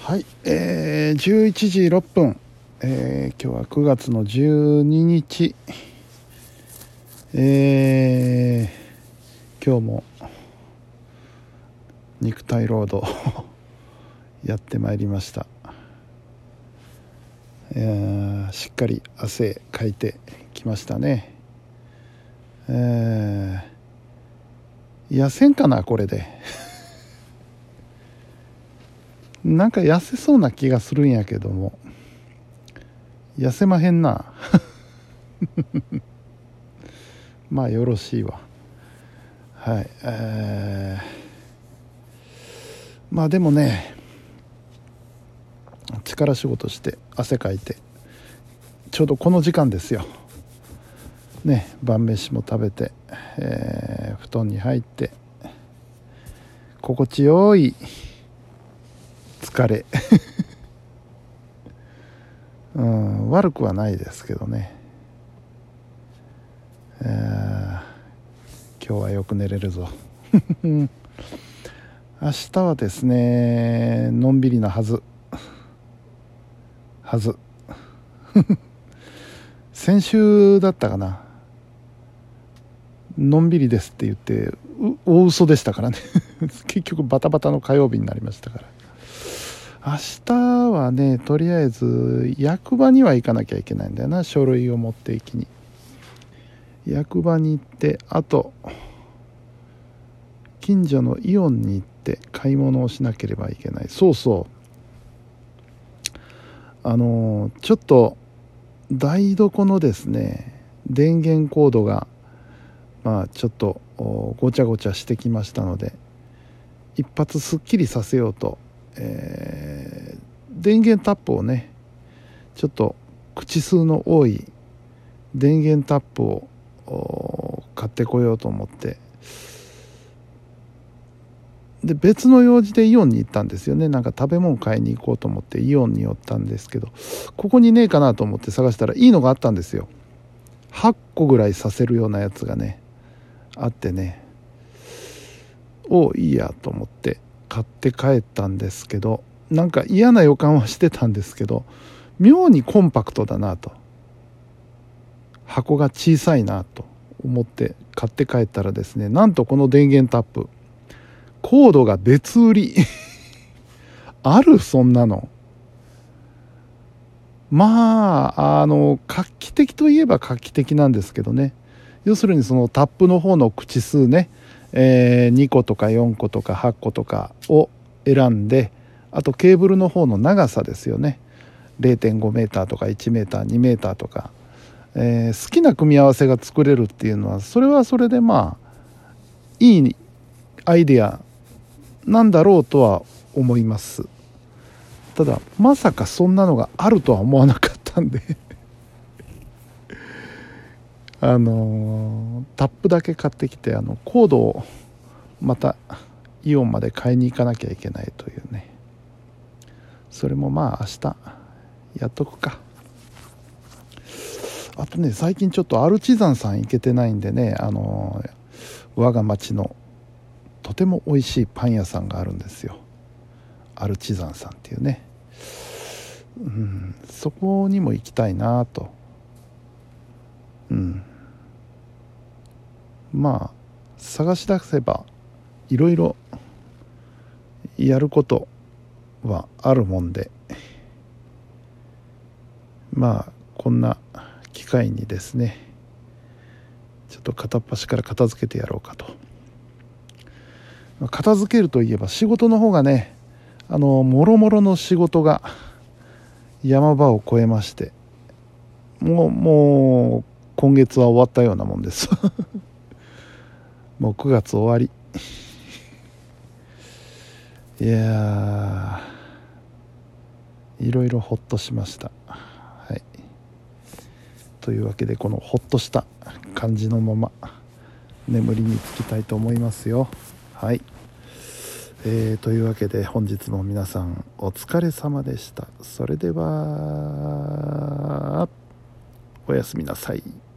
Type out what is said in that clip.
はい、11時6分、今日は9月の12日、今日も肉体労働やってまいりました。しっかり汗かいてきましたね。痩せんかなこれでなんか痩せそうな気がするんやけども痩せまへんなまあよろしいわ。はい、まあでもね、力仕事して汗かいてちょうどこの時間ですよね。晩飯も食べて、布団に入って心地よい疲れ悪くはないですけどね、今日はよく寝れるぞ明日はですねのんびりなはず先週だったかな、のんびりですって言って大嘘でしたからね結局バタバタの火曜日になりましたから、明日はねとりあえず役場には行かなきゃいけないんだよな。書類を持っていきに役場に行って、あと近所のイオンに行って買い物をしなければいけない。そうそう、ちょっと台所のですね電源コードがちょっとごちゃごちゃしてきましたので、一発すっきりさせようと、電源タップをね、ちょっと口数の多い電源タップを買ってこようと思って、で別の用事でイオンに行ったんですよね。なんか食べ物買いに行こうと思ってイオンに寄ったんですけど、ここにねえかなと思って探したらいいのがあったんですよ。8個ぐらいさせるようなやつがねあってね、いいやと思って買って帰ったんですけど、なんか嫌な予感はしてたんですけど、妙にコンパクトだなと、箱が小さいなと思って買って帰ったらですね、なんとこの電源タップコードが別売りある、そんなの。画期的といえば画期的なんですけどね。要するにそのタップの方の口数ね、2個とか4個とか8個とかを選んで、あとケーブルの方の長さですよね。0.5 メーターとか1メーター2メーターとか、好きな組み合わせが作れるっていうのは、それはそれでいいアイデアなんだろうとは思います。ただまさかそんなのがあるとは思わなかったんでタップだけ買ってきて、コードをまたイオンまで買いに行かなきゃいけないというね。それも明日やっとくか。あとね、最近ちょっとアルチザンさん行けてないんでね、我が町のとても美味しいパン屋さんがあるんですよ。アルチザンさんっていうね、そこにも行きたいなと。探し出せばいろいろやることはあるもんで、こんな機会にですね、ちょっと片っ端から片付けてやろうかと。片付けるといえば仕事の方がね、もろもろの仕事が山場を越えまして、もう今月は終わったようなもんですもう9月終わり。いやいろいろほっとしました。はい、というわけで、このほっとした感じのまま眠りにつきたいと思いますよ。はい、というわけで本日も皆さんお疲れ様でした。それではおやすみなさい。